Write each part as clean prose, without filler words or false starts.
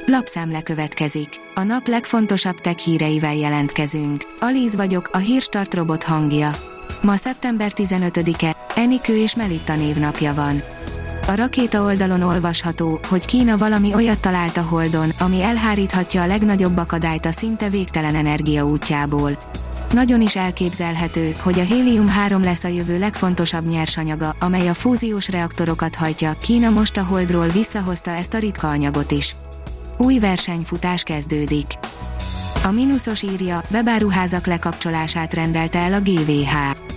Lapszemle következik. A nap legfontosabb tech híreivel jelentkezünk. Alíz vagyok, a Hírstart robot hangja. Ma szeptember 15-e, Enikő és Melitta névnapja van. A rakéta oldalon olvasható, hogy Kína valami olyat talált a Holdon, ami elháríthatja a legnagyobb akadályt a szinte végtelen energia útjából. Nagyon is elképzelhető, hogy a hélium-3 lesz a jövő legfontosabb nyersanyaga, amely a fúziós reaktorokat hajtja. Kína most a Holdról visszahozta ezt a ritka anyagot is. Új versenyfutás kezdődik. A Minusos írja, webáruházak lekapcsolását rendelte el a GVH.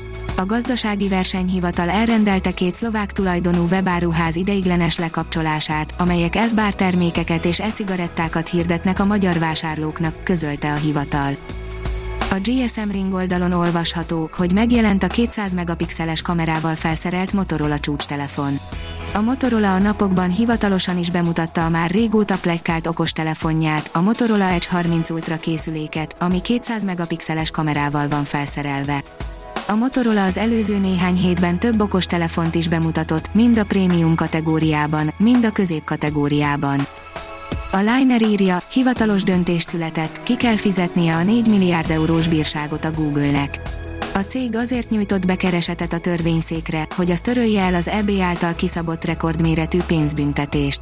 A gazdasági versenyhivatal elrendelte 2 szlovák tulajdonú webáruház ideiglenes lekapcsolását, amelyek elfbár termékeket és e-cigarettákat hirdetnek a magyar vásárlóknak, közölte a hivatal. A GSM Ring oldalon olvasható, hogy megjelent a 200 megapixeles kamerával felszerelt Motorola csúcstelefon. A Motorola a napokban hivatalosan is bemutatta a már régóta pletykált okostelefonját, a Motorola Edge 30 Ultra készüléket, ami 200 megapixeles kamerával van felszerelve. A Motorola az előző néhány hétben több okostelefont is bemutatott, mind a prémium kategóriában, mind a középkategóriában. A Liner írja, hivatalos döntés született, ki kell fizetnie a 4 milliárd eurós bírságot a Google-nek. A cég azért nyújtott be keresetet a törvényszékre, hogy az törölje el az EB által kiszabott rekordméretű pénzbüntetést.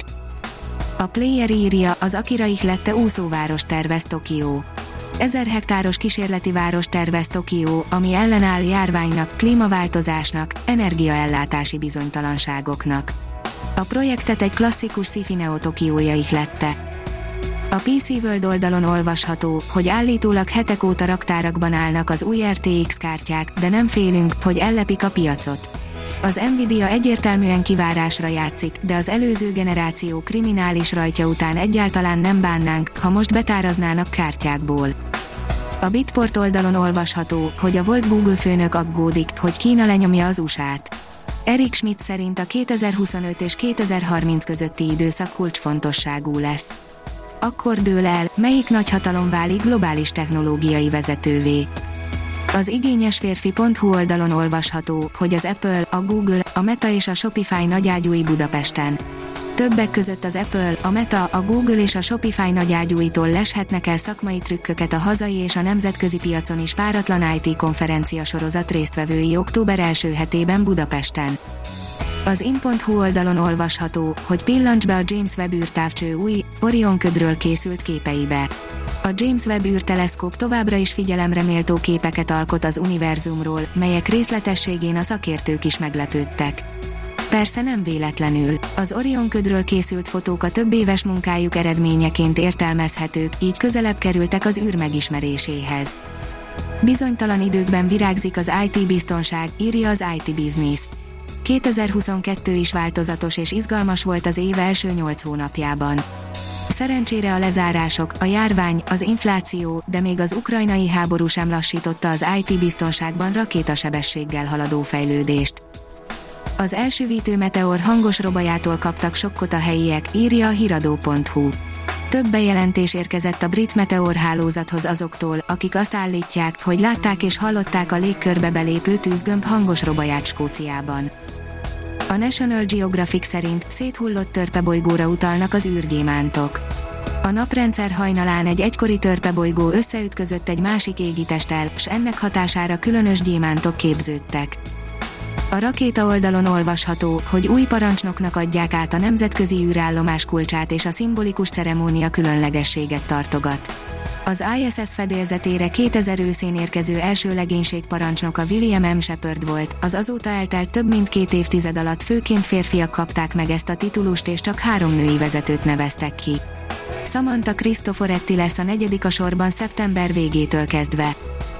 A Player írja, az Akira ihlette úszóváros tervez Tokió. 1000 hektáros kísérleti város tervez Tokió, ami ellenáll járványnak, klímaváltozásnak, energiaellátási bizonytalanságoknak. A projektet egy klasszikus sci-fi Neo Tokiója ihlette. A PC World oldalon olvasható, hogy állítólag hetek óta raktárakban állnak az új RTX kártyák, de nem félünk, hogy ellepik a piacot. Az Nvidia egyértelműen kivárásra játszik, de az előző generáció kriminális rajtja után egyáltalán nem bánnánk, ha most betáraznának kártyákból. A Bitport oldalon olvasható, hogy a volt Google főnök aggódik, hogy Kína lenyomja az USA-t. Eric Schmidt szerint a 2025 és 2030 közötti időszak kulcsfontosságú lesz. Akkor dől el, melyik nagyhatalom válik globális technológiai vezetővé. Az igényesférfi.hu oldalon olvasható, hogy az Apple, a Google, a Meta és a Shopify nagyágyúi Budapesten. Többek között az Apple, a Meta, a Google és a Shopify nagyágyúitól leshetnek el szakmai trükköket a hazai és a nemzetközi piacon is páratlan IT konferencia sorozat résztvevői október első hetében Budapesten. Az in.hu oldalon olvasható, hogy pillancs be a James Webb űrtávcső új, Orion ködről készült képeibe. A James Webb űrteleszkóp továbbra is figyelemre méltó képeket alkot az univerzumról, melyek részletességén a szakértők is meglepődtek. Persze nem véletlenül, az Orion ködről készült fotók a több éves munkájuk eredményeként értelmezhetők, így közelebb kerültek az űr megismeréséhez. Bizonytalan időkben virágzik az IT-biztonság, írja az IT Business. 2022 is változatos és izgalmas volt az év első 8 hónapjában. Szerencsére a lezárások, a járvány, az infláció, de még az ukrajnai háború sem lassította az IT-biztonságban rakétasebességgel haladó fejlődést. Az elsüvítő meteor hangos robajától kaptak sokkot a helyiek, írja a hiradó.hu. Több bejelentés érkezett a brit meteorhálózathoz azoktól, akik azt állítják, hogy látták és hallották a légkörbe belépő tűzgömb hangos robaját Skóciában. A National Geographic szerint széthullott törpebolygóra utalnak az űrgyémántok. A naprendszer hajnalán egy egykori törpebolygó összeütközött egy másik égitesttel, s ennek hatására különös gyémántok képződtek. A rakéta oldalon olvasható, hogy új parancsnoknak adják át a nemzetközi űrállomás kulcsát és a szimbolikus ceremónia különlegességet tartogat. Az ISS fedélzetére 2000 őszén érkező első legénységparancsnoka William M. Shepard volt, az azóta eltelt több mint 2 évtized alatt főként férfiak kapták meg ezt a titulust és csak 3 női vezetőt neveztek ki. Samantha Cristoforetti lesz a 4. a sorban szeptember végétől kezdve.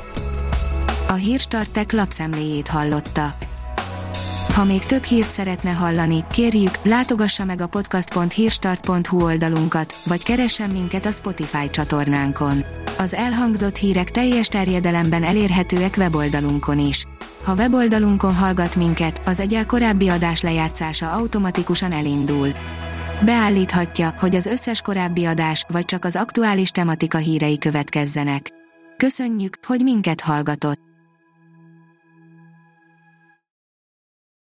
A Hírstart Tech lapszemléjét hallotta. Ha még több hírt szeretne hallani, kérjük, látogassa meg a podcast.hírstart.hu oldalunkat, vagy keressen minket a Spotify csatornánkon. Az elhangzott hírek teljes terjedelemben elérhetőek weboldalunkon is. Ha weboldalunkon hallgat minket, az egyel korábbi adás lejátszása automatikusan elindul. Beállíthatja, hogy az összes korábbi adás, vagy csak az aktuális tematika hírei következzenek. Köszönjük, hogy minket hallgatott!